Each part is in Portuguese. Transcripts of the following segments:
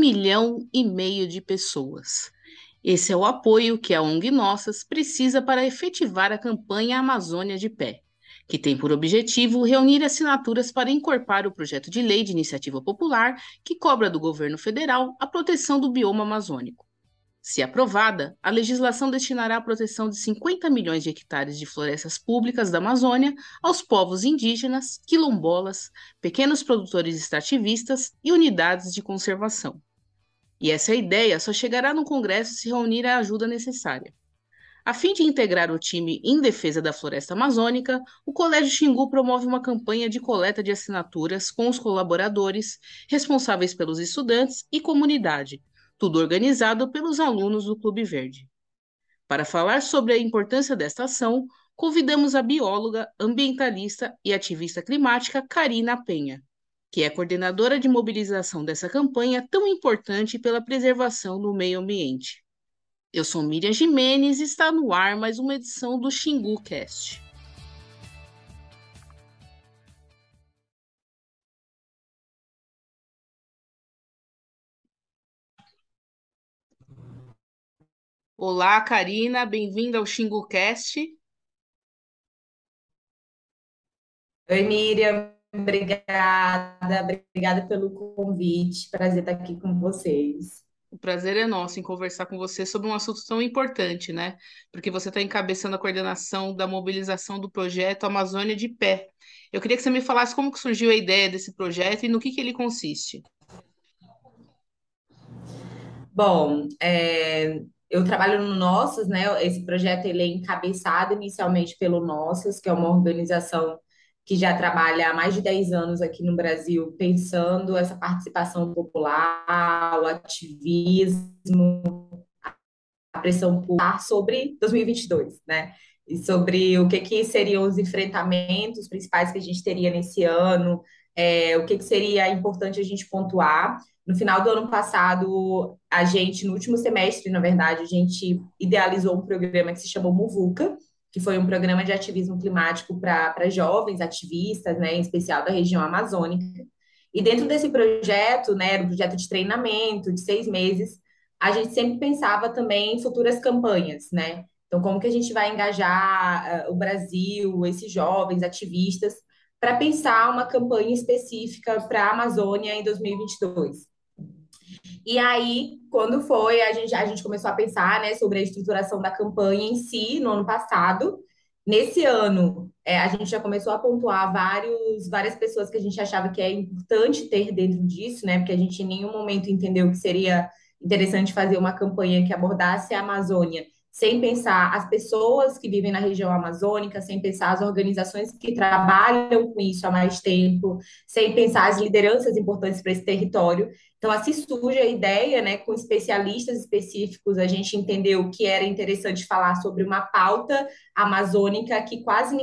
1,5 milhão de pessoas. Esse é o apoio que a ONG Nossas precisa para efetivar a campanha Amazônia de Pé, que tem por objetivo reunir assinaturas para encorpar o projeto de lei de iniciativa popular que cobra do governo federal a proteção do bioma amazônico. Se aprovada, a legislação destinará a proteção de 50 milhões de hectares de florestas públicas da Amazônia aos povos indígenas, quilombolas, pequenos produtores extrativistas e unidades de conservação. E essa ideia só chegará no Congresso se reunir a ajuda necessária. A fim de integrar o time em defesa da floresta amazônica, o Colégio Xingu promove uma campanha de coleta de assinaturas com os colaboradores, responsáveis pelos estudantes e comunidade, tudo organizado pelos alunos do Clube Verde. Para falar sobre a importância desta ação, convidamos a bióloga, ambientalista e ativista climática Karina Penha, que é coordenadora de mobilização dessa campanha tão importante pela preservação do meio ambiente. Eu sou Miriam Gimenez e está no ar mais uma edição do Xingu Cast. Olá, Karina, bem-vinda ao Xingu Cast. Oi, Miriam, obrigada pelo convite. Prazer estar aqui com vocês. O prazer é nosso em conversar com você sobre um assunto tão importante, né? Porque você está encabeçando a coordenação da mobilização do projeto Amazônia de Pé. Eu queria que você me falasse como que surgiu a ideia desse projeto e no que ele consiste. Bom, eu trabalho no Nossas, né? Esse projeto ele é encabeçado inicialmente pelo Nossas, que é uma organização que já trabalha há mais de 10 anos aqui no Brasil, pensando essa participação popular, o ativismo, a pressão popular sobre 2022, né? E sobre o que seriam os enfrentamentos principais que a gente teria nesse ano, o que seria importante a gente pontuar. No final do ano passado, a gente, no último semestre, na verdade, a gente idealizou um programa que se chamou Muvuca, que foi um programa de ativismo climático para jovens ativistas, né, em especial da região amazônica. E dentro desse projeto, né, era um projeto de treinamento de 6 meses, a gente sempre pensava também em futuras campanhas, né? Então, como que a gente vai engajar o Brasil, esses jovens ativistas, para pensar uma campanha específica para a Amazônia em 2022. E aí, quando foi, a gente começou a pensar, né, sobre a estruturação da campanha em si, no ano passado. Nesse ano, a gente já começou a pontuar várias pessoas que a gente achava que é importante ter dentro disso, né, porque a gente em nenhum momento entendeu que seria interessante fazer uma campanha que abordasse a Amazônia sem pensar as pessoas que vivem na região amazônica, sem pensar as organizações que trabalham com isso há mais tempo, sem pensar as lideranças importantes para esse território. Então, assim surge a ideia, né, com especialistas específicos, a gente entendeu que era interessante falar sobre uma pauta amazônica que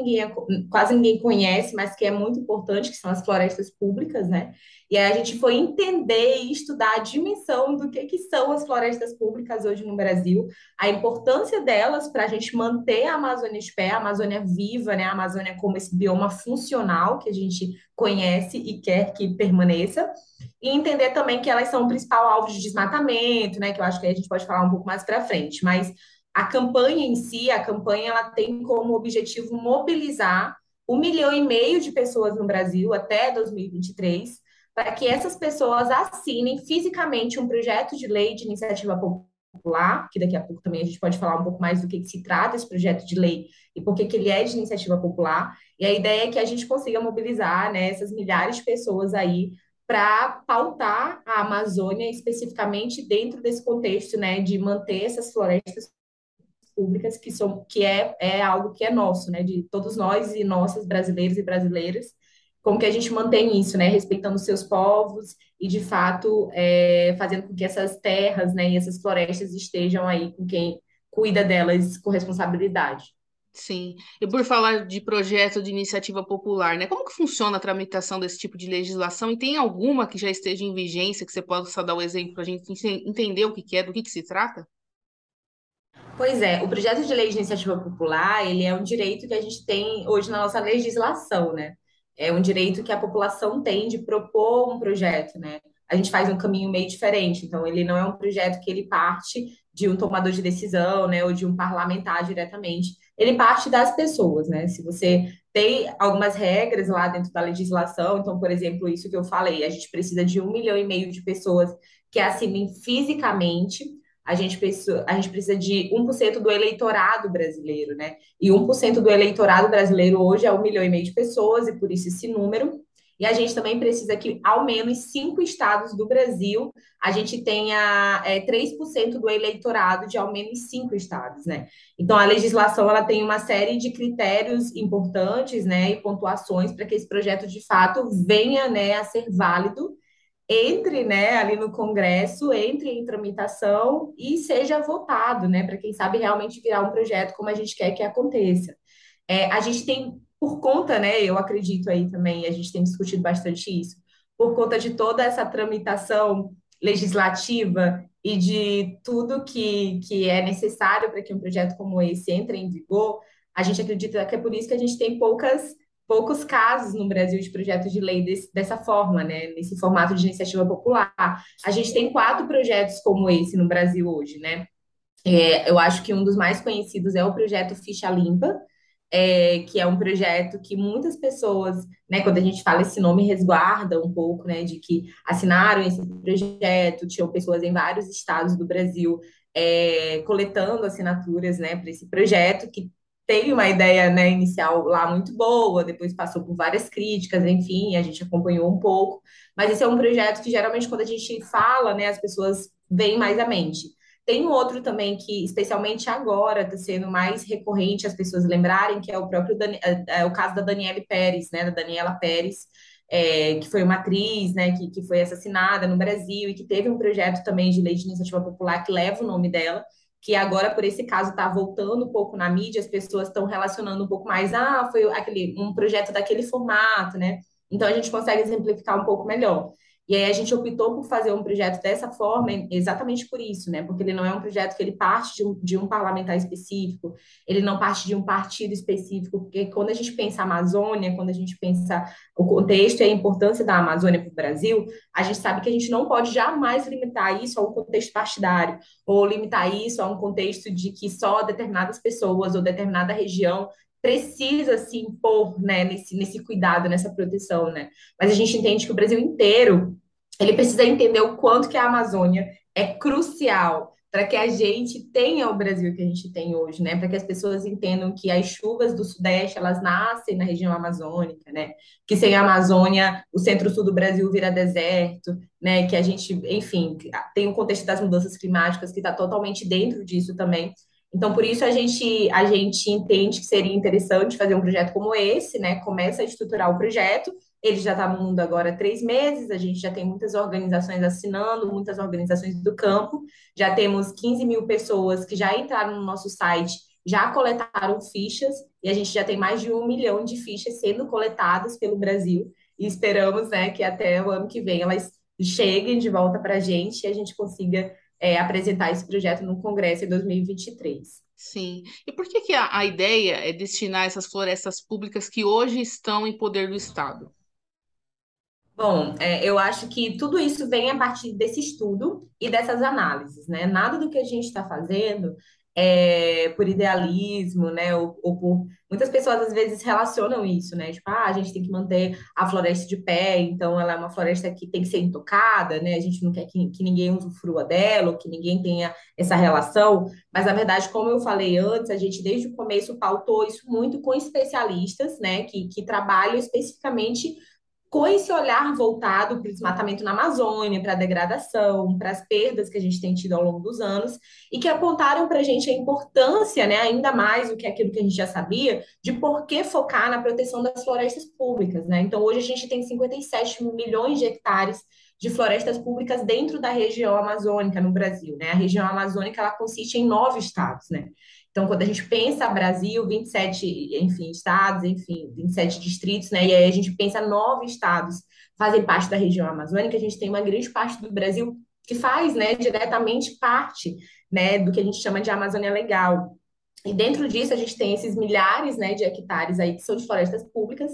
quase ninguém conhece, mas que é muito importante, que são as florestas públicas, né? E aí a gente foi entender e estudar a dimensão do que são as florestas públicas hoje no Brasil, a importância delas para a gente manter a Amazônia de pé, a Amazônia viva, né? A Amazônia como esse bioma funcional que a gente conhece e quer que permaneça. E entender também que elas são o principal alvo de desmatamento, né? Que eu acho que a gente pode falar um pouco mais para frente. Mas a campanha em si, a campanha ela tem como objetivo mobilizar 1,5 milhão de pessoas no Brasil até 2023, para que essas pessoas assinem fisicamente um projeto de lei de iniciativa popular, que daqui a pouco também a gente pode falar um pouco mais do que se trata esse projeto de lei e por que ele é de iniciativa popular. E a ideia é que a gente consiga mobilizar, né, essas milhares de pessoas aí para pautar a Amazônia especificamente dentro desse contexto, né, de manter essas florestas públicas que é algo que é nosso, né, de todos nós e nossas brasileiros e brasileiras. Como que a gente mantém isso, né, respeitando os seus povos e de fato fazendo com que essas terras, né, e essas florestas estejam aí com quem cuida delas com responsabilidade. Sim, e por falar de projeto de iniciativa popular, né? Como que funciona a tramitação desse tipo de legislação? E tem alguma que já esteja em vigência que você possa dar o exemplo para a gente entender o que que é, do que se trata? Pois é, o projeto de lei de iniciativa popular, ele é um direito que a gente tem hoje na nossa legislação, né? É um direito que a população tem de propor um projeto, né? a gente faz um caminho meio diferente. Então, ele não é um projeto que ele parte de um tomador de decisão, né, ou de um parlamentar diretamente. Ele parte das pessoas, né? Se você tem algumas regras lá dentro da legislação, então, por exemplo, isso que eu falei, a gente precisa de 1,5 milhão de pessoas que assinem fisicamente. A gente precisa de 1% do eleitorado brasileiro, né? E 1% do eleitorado brasileiro hoje é 1,5 milhão de pessoas, e por isso esse número. E a gente também precisa que ao menos 5 estados do Brasil a gente tenha 3% do eleitorado de ao menos 5 estados, né? Então a legislação ela tem uma série de critérios importantes, né, e pontuações para que esse projeto de fato venha, né, a ser válido, entre, né, ali no Congresso, entre em tramitação e seja votado, né, para quem sabe realmente virar um projeto como a gente quer que aconteça. A gente tem, por conta, né, eu acredito aí também, a gente tem discutido bastante isso, por conta de toda essa tramitação legislativa e de tudo que é necessário para que um projeto como esse entre em vigor, a gente acredita que é por isso que a gente tem poucos casos no Brasil de projetos de lei dessa forma, né, nesse formato de iniciativa popular. A gente tem 4 projetos como esse no Brasil hoje, né? Eu acho que um dos mais conhecidos é o projeto Ficha Limpa, que é um projeto que muitas pessoas, né, quando a gente fala esse nome, resguarda um pouco, né, de que assinaram esse projeto, tinham pessoas em vários estados do Brasil coletando assinaturas, né, para esse projeto, que tem uma ideia, né, inicial lá muito boa, depois passou por várias críticas, enfim, a gente acompanhou um pouco, mas esse é um projeto que geralmente quando a gente fala, né, as pessoas veem mais à mente. Tem um outro também que, especialmente agora, está sendo mais recorrente as pessoas lembrarem, que é o próprio o caso da Daniele Pérez, né, da Daniela Pérez, que foi uma atriz, né, que foi assassinada no Brasil e que teve um projeto também de lei de iniciativa popular que leva o nome dela, que agora, por esse caso, está voltando um pouco na mídia, as pessoas estão relacionando um pouco mais, foi um projeto daquele formato, né? Então a gente consegue exemplificar um pouco melhor. E aí a gente optou por fazer um projeto dessa forma, exatamente por isso, né? Porque ele não é um projeto que ele parte de um parlamentar específico, ele não parte de um partido específico, porque quando a gente pensa Amazônia, quando a gente pensa o contexto e a importância da Amazônia para o Brasil, a gente sabe que a gente não pode jamais limitar isso a um contexto partidário, ou limitar isso a um contexto de que só determinadas pessoas ou determinada região precisa se impor, né, nesse cuidado, nessa proteção, né? Mas a gente entende que o Brasil inteiro ele precisa entender o quanto que a Amazônia é crucial para que a gente tenha o Brasil que a gente tem hoje, né? Para que as pessoas entendam que as chuvas do Sudeste elas nascem na região amazônica, né? Que sem a Amazônia o centro-sul do Brasil vira deserto, né? Que a gente, enfim, tem o contexto das mudanças climáticas que está totalmente dentro disso também. Então, por isso a gente entende que seria interessante fazer um projeto como esse, né? Começa a estruturar o projeto. Ele já está no mundo agora há 3 meses, a gente já tem muitas organizações assinando, muitas organizações do campo, já temos 15 mil pessoas que já entraram no nosso site, já coletaram fichas, e a gente já tem mais de 1 milhão de fichas sendo coletadas pelo Brasil, e esperamos, né, que até o ano que vem elas cheguem de volta para a gente e a gente consiga apresentar esse projeto no Congresso em 2023. Sim. E por que que a ideia é destinar essas florestas públicas que hoje estão em poder do Estado? Bom, eu acho que tudo isso vem a partir desse estudo e dessas análises, né? Nada do que a gente está fazendo é por idealismo, né? Ou por... Muitas pessoas às vezes relacionam isso, né? Tipo, a gente tem que manter a floresta de pé, então ela é uma floresta que tem que ser intocada, né? A gente não quer que ninguém usufrua dela, ou que ninguém tenha essa relação. Mas, na verdade, como eu falei antes, a gente desde o começo pautou isso muito com especialistas, né? Que trabalham especificamente com esse olhar voltado para o desmatamento na Amazônia, para a degradação, para as perdas que a gente tem tido ao longo dos anos, e que apontaram para a gente a importância, né, ainda mais do que aquilo que a gente já sabia, de por que focar na proteção das florestas públicas, né? Então, hoje a gente tem 57 milhões de hectares de florestas públicas dentro da região amazônica no Brasil, né? A região amazônica, ela consiste em 9 estados, né? Então, quando a gente pensa Brasil, 27, enfim, estados, enfim, 27 distritos, né? E aí a gente pensa 9 estados fazem parte da região amazônica, a gente tem uma grande parte do Brasil que faz, né, diretamente parte, né, do que a gente chama de Amazônia Legal. E dentro disso a gente tem esses milhares, né, de hectares aí que são de florestas públicas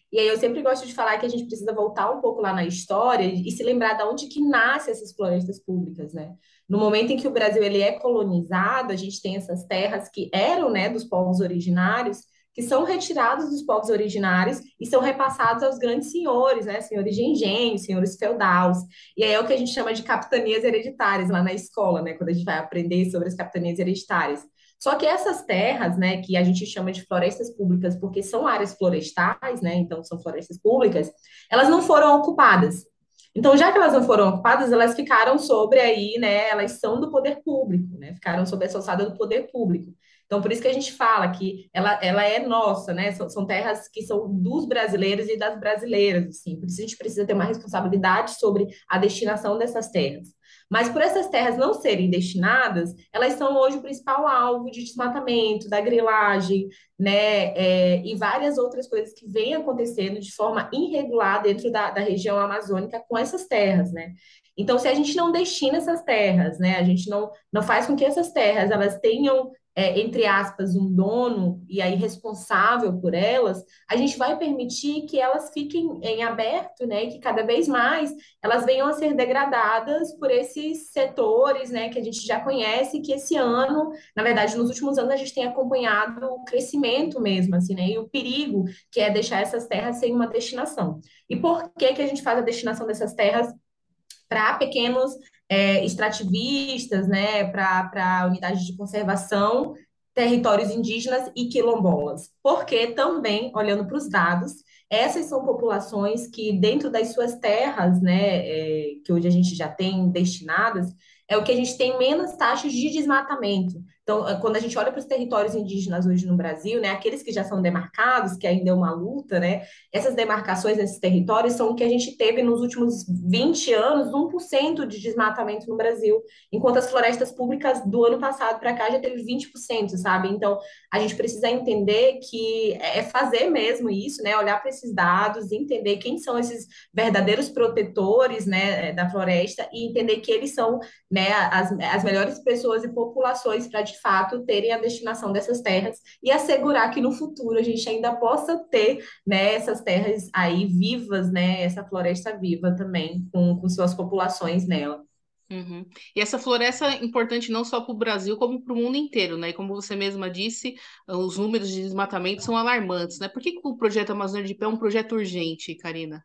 E aí eu sempre gosto de falar que a gente precisa voltar um pouco lá na história e se lembrar de onde que nascem essas florestas públicas, né? No momento em que o Brasil ele é colonizado, a gente tem essas terras que eram, né, dos povos originários, que são retirados dos povos originários e são repassados aos grandes senhores, né, senhores de engenho, senhores feudais. E aí é o que a gente chama de capitanias hereditárias lá na escola, né, quando a gente vai aprender sobre as capitanias hereditárias. Só que essas terras, né, que a gente chama de florestas públicas, porque são áreas florestais, né, então são florestas públicas, elas não foram ocupadas. Então, já que elas não foram ocupadas, elas ficaram sobre aí, né, elas são do poder público, né, ficaram sob essa alçada do poder público. Então, por isso que a gente fala que ela é nossa, né, são terras que são dos brasileiros e das brasileiras, assim, por isso a gente precisa ter uma responsabilidade sobre a destinação dessas terras. Mas por essas terras não serem destinadas, elas são hoje o principal alvo de desmatamento, da grilagem, né, e várias outras coisas que vêm acontecendo de forma irregular dentro da região amazônica com essas terras, né? Então, se a gente não destina essas terras, né, a gente não faz com que essas terras elas tenham, entre aspas, um dono e aí responsável por elas, a gente vai permitir que elas fiquem em aberto, né, e que cada vez mais elas venham a ser degradadas por esses setores, né, que a gente já conhece, que esse ano, na verdade, nos últimos anos a gente tem acompanhado o crescimento mesmo, assim, né, e o perigo que é deixar essas terras sem uma destinação. E por que que a gente faz a destinação dessas terras para pequenos extrativistas, né, para unidades de conservação, territórios indígenas e quilombolas? Porque também, olhando para os dados, essas são populações que, dentro das suas terras, né, que hoje a gente já tem destinadas, é o que a gente tem menos taxas de desmatamento. Então, quando a gente olha para os territórios indígenas hoje no Brasil, né, aqueles que já são demarcados, que ainda é uma luta, né, essas demarcações desses territórios são o que a gente teve nos últimos 20 anos, 1% de desmatamento no Brasil, enquanto as florestas públicas do ano passado para cá já teve 20%, sabe? Então, a gente precisa entender que é fazer mesmo isso, né? Olhar para esses dados, entender quem são esses verdadeiros protetores, né, da floresta e entender que eles são, né, as melhores pessoas e populações para, de fato, terem a destinação dessas terras e assegurar que no futuro a gente ainda possa ter, né, essas terras aí vivas, né, essa floresta viva também, com suas populações nela. Uhum. E essa floresta é importante não só para o Brasil, como para o mundo inteiro, né? E como você mesma disse, os números de desmatamento são alarmantes, né? Por que que o projeto Amazônia de Pé é um projeto urgente, Karina?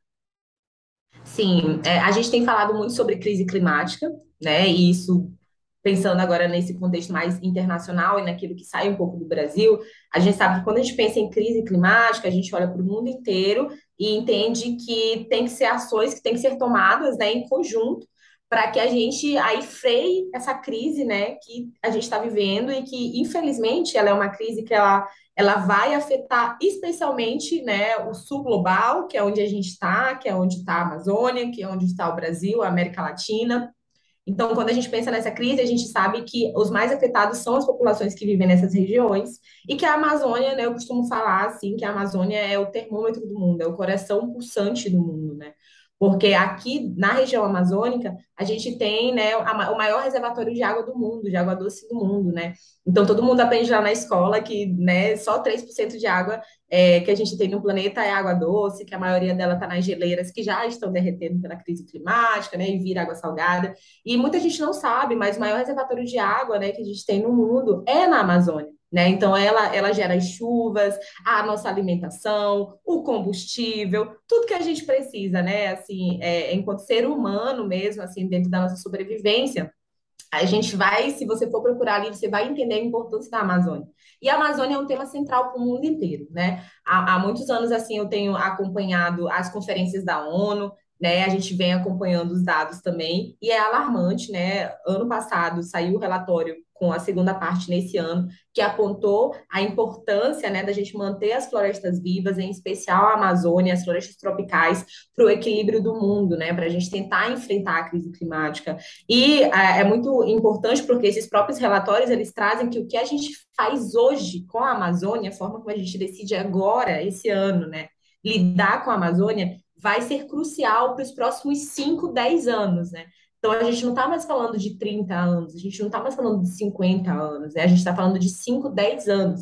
Sim, a gente tem falado muito sobre crise climática, né, e isso, pensando agora nesse contexto mais internacional e naquilo que sai um pouco do Brasil, a gente sabe que quando a gente pensa em crise climática, a gente olha para o mundo inteiro e entende que tem que ser ações que têm que ser tomadas, né, em conjunto, para que a gente aí freie essa crise, né, que a gente está vivendo e que, infelizmente, ela é uma crise que ela vai afetar especialmente, né, o sul global, que é onde a gente está, que é onde está a Amazônia, que é onde está o Brasil, a América Latina. Então, quando a gente pensa nessa crise, a gente sabe que os mais afetados são as populações que vivem nessas regiões e que a Amazônia, né, eu costumo falar assim, que a Amazônia é o termômetro do mundo, é o coração pulsante do mundo, né? Porque aqui na região amazônica, a gente tem, né, o maior reservatório de água do mundo, de água doce do mundo, né? Então, todo mundo aprende lá na escola que, né, só 3% de água que a gente tem no planeta é água doce, que a maioria dela está nas geleiras que já estão derretendo pela crise climática, né, e vira água salgada. E muita gente não sabe, mas o maior reservatório de água, né, que a gente tem no mundo é na Amazônia. Né? Então, ela gera as chuvas, a nossa alimentação, o combustível, tudo que a gente precisa, né? Assim, enquanto ser humano mesmo, assim, dentro da nossa sobrevivência, a gente vai, se você for procurar ali, você vai entender a importância da Amazônia. E a Amazônia é um tema central para o mundo inteiro, né? Há muitos anos, assim, eu tenho acompanhado as conferências da ONU, né? A gente vem acompanhando os dados também, e é alarmante, né? Ano passado saiu o relatório com a segunda parte nesse ano, que apontou a importância, né, da gente manter as florestas vivas, em especial a Amazônia, as florestas tropicais, para o equilíbrio do mundo, né, para a gente tentar enfrentar a crise climática. E é muito importante porque esses próprios relatórios, eles trazem que o que a gente faz hoje com a Amazônia, a forma como a gente decide agora, esse ano, né, lidar com a Amazônia, vai ser crucial para os próximos 5, 10 anos, né? Então, a gente não está mais falando de 30 anos, a gente não está mais falando de 50 anos, né? A gente está falando de 5, 10 anos.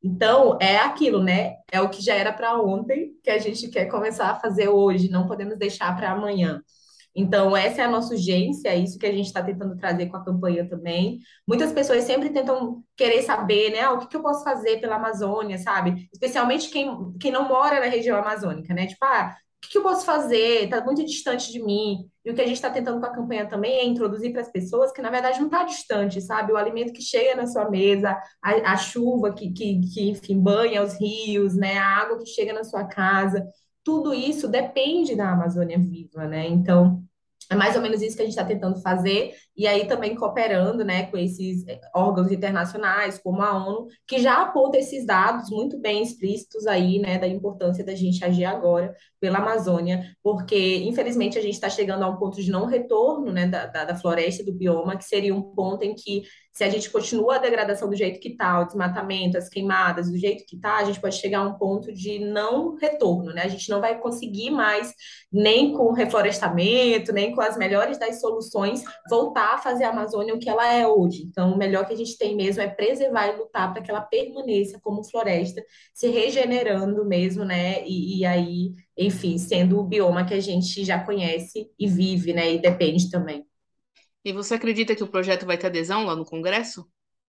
Então, é aquilo, né? É o que já era para ontem que a gente quer começar a fazer hoje, não podemos deixar para amanhã. Então, essa é a nossa urgência, é isso que a gente está tentando trazer com a campanha também. Muitas pessoas sempre tentam querer saber, né? O que que eu posso fazer pela Amazônia, sabe? Especialmente quem não mora na região amazônica, né? Tipo, o que que eu posso fazer? Está muito distante de mim. E o que a gente está tentando com a campanha também é introduzir para as pessoas que, na verdade, não está distante, sabe? O alimento que chega na sua mesa, a chuva enfim, banha os rios, né? A água que chega na sua casa. Tudo isso depende da Amazônia viva, né? Então, é mais ou menos isso que a gente está tentando fazer, e aí também cooperando, né, com esses órgãos internacionais, como a ONU, que já aponta esses dados muito bem explícitos aí, né, da importância da gente agir agora pela Amazônia, porque, infelizmente, a gente está chegando a um ponto de não retorno, né, da floresta, do bioma, que seria um ponto em que, se a gente continua a degradação do jeito que está, o desmatamento, as queimadas, do jeito que está, a gente pode chegar a um ponto de não retorno, né, a gente não vai conseguir mais nem com o reflorestamento, nem com as melhores das soluções, voltar a fazer a Amazônia o que ela é hoje. Então, o melhor que a gente tem mesmo é preservar e lutar para que ela permaneça como floresta, se regenerando mesmo, né? E aí, enfim, sendo o bioma que a gente já conhece e vive, né? E depende também. E você acredita que o projeto vai ter adesão lá no Congresso?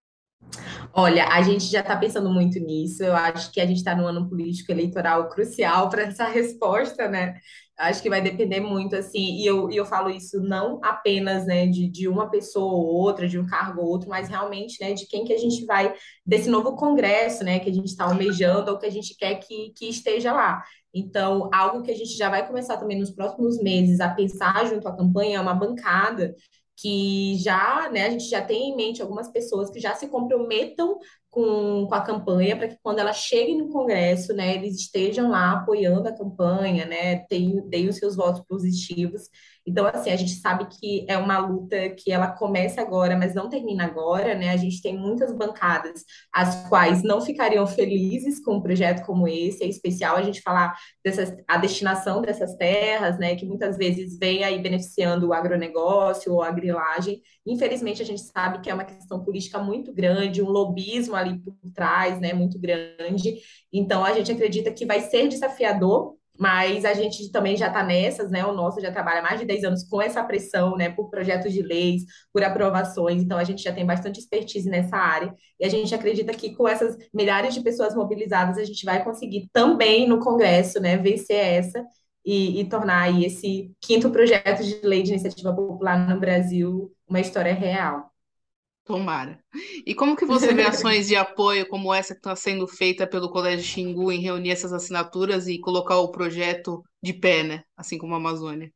Olha, a gente já está pensando muito nisso. Eu acho que a gente está no ano político eleitoral crucial para essa resposta, né? Acho que vai depender muito, assim, e eu falo isso não apenas, né, de uma pessoa ou outra, de um cargo ou outro, mas realmente, né, de quem que a gente vai, desse novo Congresso, né, que a gente está almejando ou que a gente quer que esteja lá. Então, algo que a gente já vai começar também nos próximos meses a pensar junto à campanha é uma bancada que já, né, a gente já tem em mente algumas pessoas que já se comprometam com a campanha para que quando ela chegue no Congresso, né, eles estejam lá apoiando a campanha, né, deem os seus votos positivos. Então, assim, a gente sabe que é uma luta que ela começa agora, mas não termina agora, né? A gente tem muitas bancadas as quais não ficariam felizes com um projeto como esse. É especial a gente falar a destinação dessas terras, né, que muitas vezes vem aí beneficiando o agronegócio ou a grilagem. Infelizmente, a gente sabe que é uma questão política muito grande, um lobismo ali por trás, né, muito grande. Então, a gente acredita que vai ser desafiador, mas a gente também já está nessas, né? O nosso já trabalha há mais de 10 anos com essa pressão, né? Por projetos de leis, por aprovações, então a gente já tem bastante expertise nessa área. E a gente acredita que com essas milhares de pessoas mobilizadas, a gente vai conseguir também no Congresso, né, vencer essa e tornar aí esse quinto projeto de lei de iniciativa popular no Brasil uma história real. Tomara. E como que você vê ações de apoio como essa que está sendo feita pelo Colégio Xingu em reunir essas assinaturas e colocar o projeto de pé, né? Assim como a Amazônia?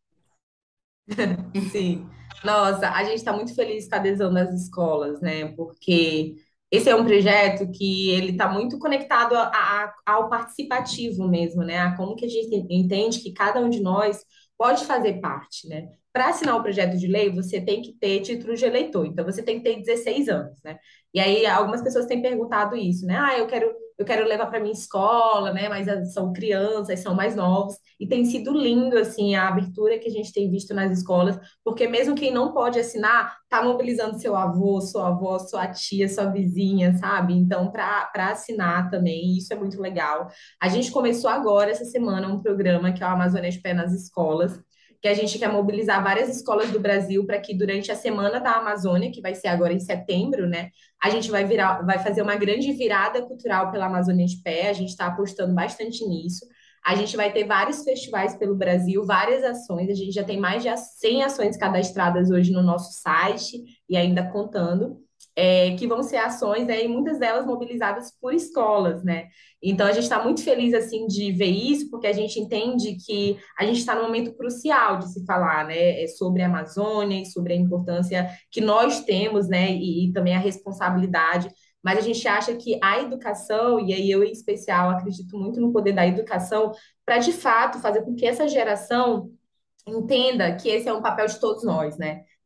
Sim. Nossa, a gente está muito feliz com a adesão das escolas, né? Porque esse é um projeto que ele está muito conectado ao participativo mesmo, né? A como que a gente entende que cada um de nós pode fazer parte, né? Para assinar o projeto de lei, você tem que ter título de eleitor, então você tem que ter 16 anos, né? E aí algumas pessoas têm perguntado isso, né? Eu quero levar para minha escola, né? Mas são crianças, são mais novos, e tem sido lindo assim a abertura que a gente tem visto nas escolas porque mesmo quem não pode assinar, tá mobilizando seu avô, sua avó, sua tia, sua vizinha, sabe? Então, para assinar também, isso é muito legal. A gente começou agora, essa semana, um programa que é o Amazônia de Pé nas Escolas, que a gente quer mobilizar várias escolas do Brasil para que durante a Semana da Amazônia, que vai ser agora em setembro, né? A gente vai fazer uma grande virada cultural pela Amazônia de Pé, a gente está apostando bastante nisso. A gente vai ter vários festivais pelo Brasil, várias ações. A gente já tem mais de 100 ações cadastradas hoje no nosso site e ainda contando, que vão ser ações, né, e muitas delas mobilizadas por escolas, né? Então a gente está muito feliz assim de ver isso, porque a gente entende que a gente está num momento crucial de se falar, né, sobre a Amazônia e sobre a importância que nós temos, né, e também a responsabilidade, mas a gente acha que a educação, e aí eu em especial acredito muito no poder da educação, para de fato fazer com que essa geração entenda que esse é um papel de todos nós, né?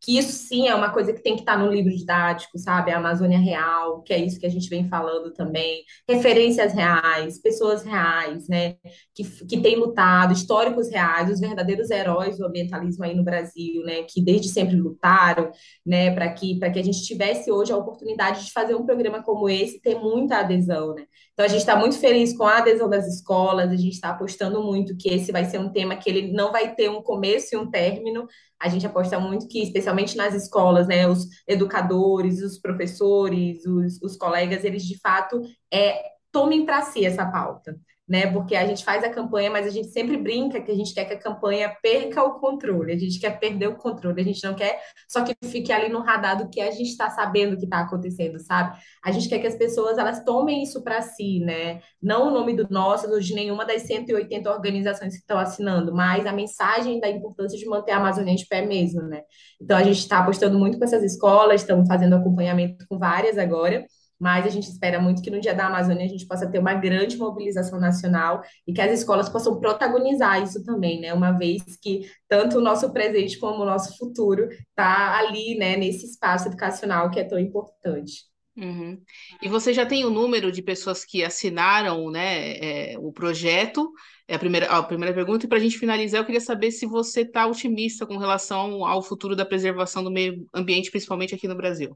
que isso sim é uma coisa que tem que estar no livro didático, sabe? A Amazônia Real, que é isso que a gente vem falando também, referências reais, pessoas reais, né? Que têm lutado, históricos reais, os verdadeiros heróis do ambientalismo aí no Brasil, né? Que desde sempre lutaram, né? Para que a gente tivesse hoje a oportunidade de fazer um programa como esse, ter muita adesão, né? Então, a gente está muito feliz com a adesão das escolas, a gente está apostando muito que esse vai ser um tema que ele não vai ter um começo e um término. A gente aposta muito que, especialmente nas escolas, né, os educadores, os professores, os colegas, eles de fato tomem para si essa pauta, né? Porque a gente faz a campanha, mas a gente sempre brinca que a gente quer que a campanha perca o controle, a gente quer perder o controle, a gente não quer só que fique ali no radar do que a gente está sabendo que está acontecendo, sabe? A gente quer que as pessoas elas tomem isso para si, né? Não o nome do Nossas ou de nenhuma das 180 organizações que estão assinando, mas a mensagem da importância de manter a Amazônia de pé mesmo, né? Então a gente está apostando muito com essas escolas, estamos fazendo acompanhamento com várias agora, mas a gente espera muito que no Dia da Amazônia a gente possa ter uma grande mobilização nacional e que as escolas possam protagonizar isso também, né? Uma vez que tanto o nosso presente como o nosso futuro está ali, né, nesse espaço educacional que é tão importante. Uhum. E você já tem o número de pessoas que assinaram, né, o projeto? É a primeira pergunta. E para a gente finalizar, eu queria saber se você está otimista com relação ao futuro da preservação do meio ambiente, principalmente aqui no Brasil.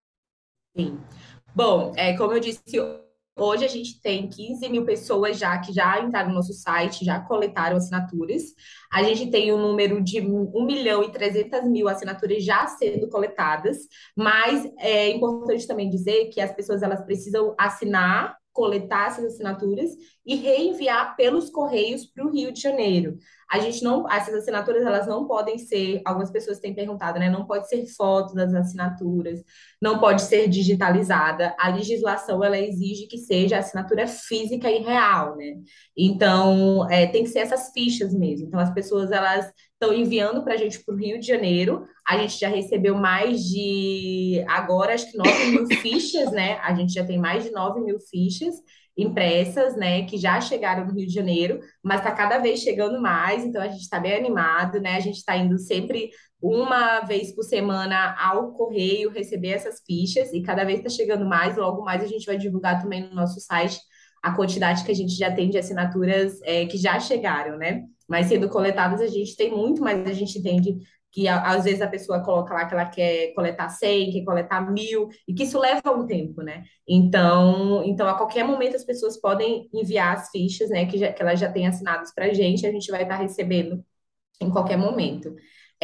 Sim. Bom, como eu disse, hoje a gente tem 15 mil pessoas já que já entraram no nosso site, já coletaram assinaturas. A gente tem um número de 1.300.000 assinaturas já sendo coletadas, mas é importante também dizer que as pessoas elas precisam assinar, coletar essas assinaturas e reenviar pelos correios para o Rio de Janeiro. A gente não, essas assinaturas elas não podem ser, algumas pessoas têm perguntado, né? Não pode ser foto das assinaturas, não pode ser digitalizada. A legislação ela exige que seja assinatura física e real, né? Então, tem que ser essas fichas mesmo. Então, as pessoas elas estão enviando para a gente para o Rio de Janeiro. A gente já recebeu mais de, agora, acho que 9.000 fichas, né? A gente já tem mais de 9.000 fichas impressas, né, que já chegaram no Rio de Janeiro, mas está cada vez chegando mais, então a gente está bem animado, né? A gente está indo sempre uma vez por semana ao correio receber essas fichas e cada vez está chegando mais. Logo mais a gente vai divulgar também no nosso site a quantidade que a gente já tem de assinaturas que já chegaram, né? Mas sendo coletadas a gente tem muito, mas a gente entende que às vezes a pessoa coloca lá que ela quer coletar 100, quer coletar 1.000, e que isso leva um tempo, né? Então a qualquer momento as pessoas podem enviar as fichas, né, que elas já têm assinadas para a gente vai estar recebendo em qualquer momento.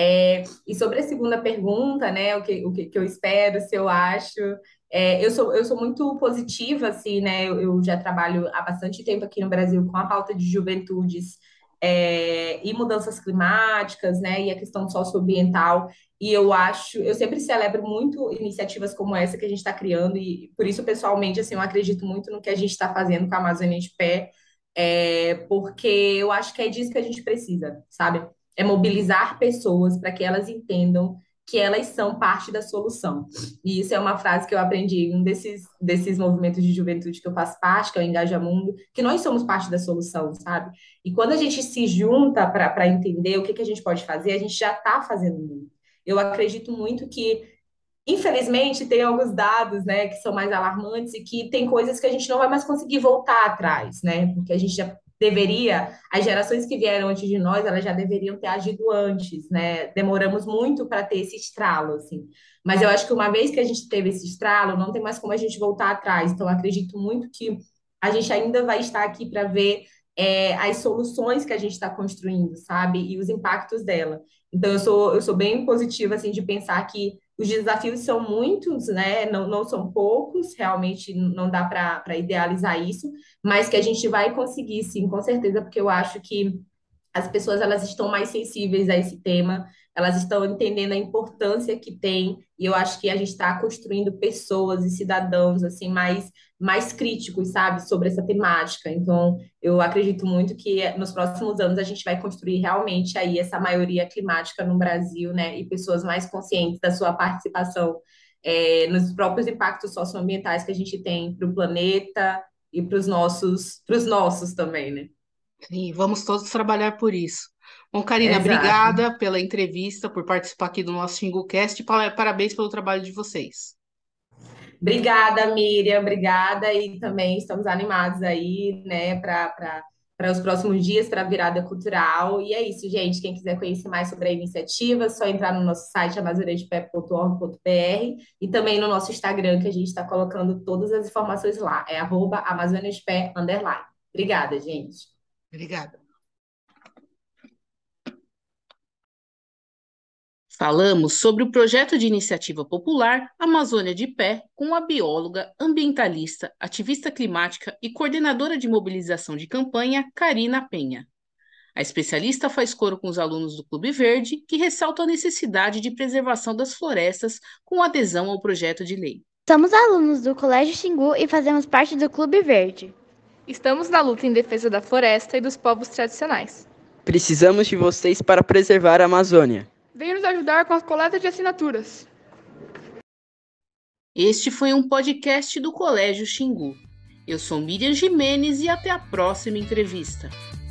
E sobre a segunda pergunta, né, o que eu espero, se eu acho, eu sou muito positiva, assim, né, eu já trabalho há bastante tempo aqui no Brasil com a pauta de juventudes, e mudanças climáticas, né, e a questão socioambiental, e eu sempre celebro muito iniciativas como essa que a gente está criando, e por isso, pessoalmente, assim, eu acredito muito no que a gente está fazendo com a Amazônia de Pé, porque eu acho que é disso que a gente precisa, sabe? É mobilizar pessoas para que elas entendam que elas são parte da solução. E isso é uma frase que eu aprendi em um desses movimentos de juventude que eu faço parte, que é o Engaja Mundo, que nós somos parte da solução, sabe? E quando a gente se junta para entender o que a gente pode fazer, a gente já está fazendo muito. Eu acredito muito que infelizmente, tem alguns dados, né, que são mais alarmantes e que tem coisas que a gente não vai mais conseguir voltar atrás, né, porque a gente já deveria, as gerações que vieram antes de nós, elas já deveriam ter agido antes, né, demoramos muito para ter esse estralo, assim, mas eu acho que uma vez que a gente teve esse estralo, não tem mais como a gente voltar atrás, então eu acredito muito que a gente ainda vai estar aqui para ver as soluções que a gente está construindo, sabe, e os impactos dela. Então eu sou bem positiva, assim, de pensar que os desafios são muitos, né? Não são poucos, realmente não dá para idealizar isso, mas que a gente vai conseguir, sim, com certeza, porque eu acho que as pessoas elas estão mais sensíveis a esse tema, elas estão entendendo a importância que tem, e eu acho que a gente está construindo pessoas e cidadãos assim mais críticos, sabe, sobre essa temática. Então, eu acredito muito que nos próximos anos a gente vai construir realmente aí essa maioria climática no Brasil, né, e pessoas mais conscientes da sua participação nos próprios impactos socioambientais que a gente tem para o planeta e para os nossos também, né? E vamos todos trabalhar por isso. Bom, Karina, Exato. obrigada pela entrevista, por participar aqui do nosso XinguCast. Parabéns pelo trabalho de vocês. Obrigada, Miriam, obrigada. E também estamos animados aí, né, para os próximos dias, para a virada cultural. E é isso, gente. Quem quiser conhecer mais sobre a iniciativa, é só entrar no nosso site amazoniaspé.org.br e também no nosso Instagram, que a gente está colocando todas as informações lá. É @amazoniaspé_. Obrigada, gente. Obrigada. Falamos sobre o projeto de iniciativa popular Amazônia de Pé com a bióloga, ambientalista, ativista climática e coordenadora de mobilização de campanha, Karina Penha. A especialista faz coro com os alunos do Clube Verde, que ressaltam a necessidade de preservação das florestas com adesão ao projeto de lei. Somos alunos do Colégio Xingu e fazemos parte do Clube Verde. Estamos na luta em defesa da floresta e dos povos tradicionais. Precisamos de vocês para preservar a Amazônia. Venham nos ajudar com a coleta de assinaturas. Este foi um podcast do Colégio Xingu. Eu sou Miriam Gimenez e até a próxima entrevista.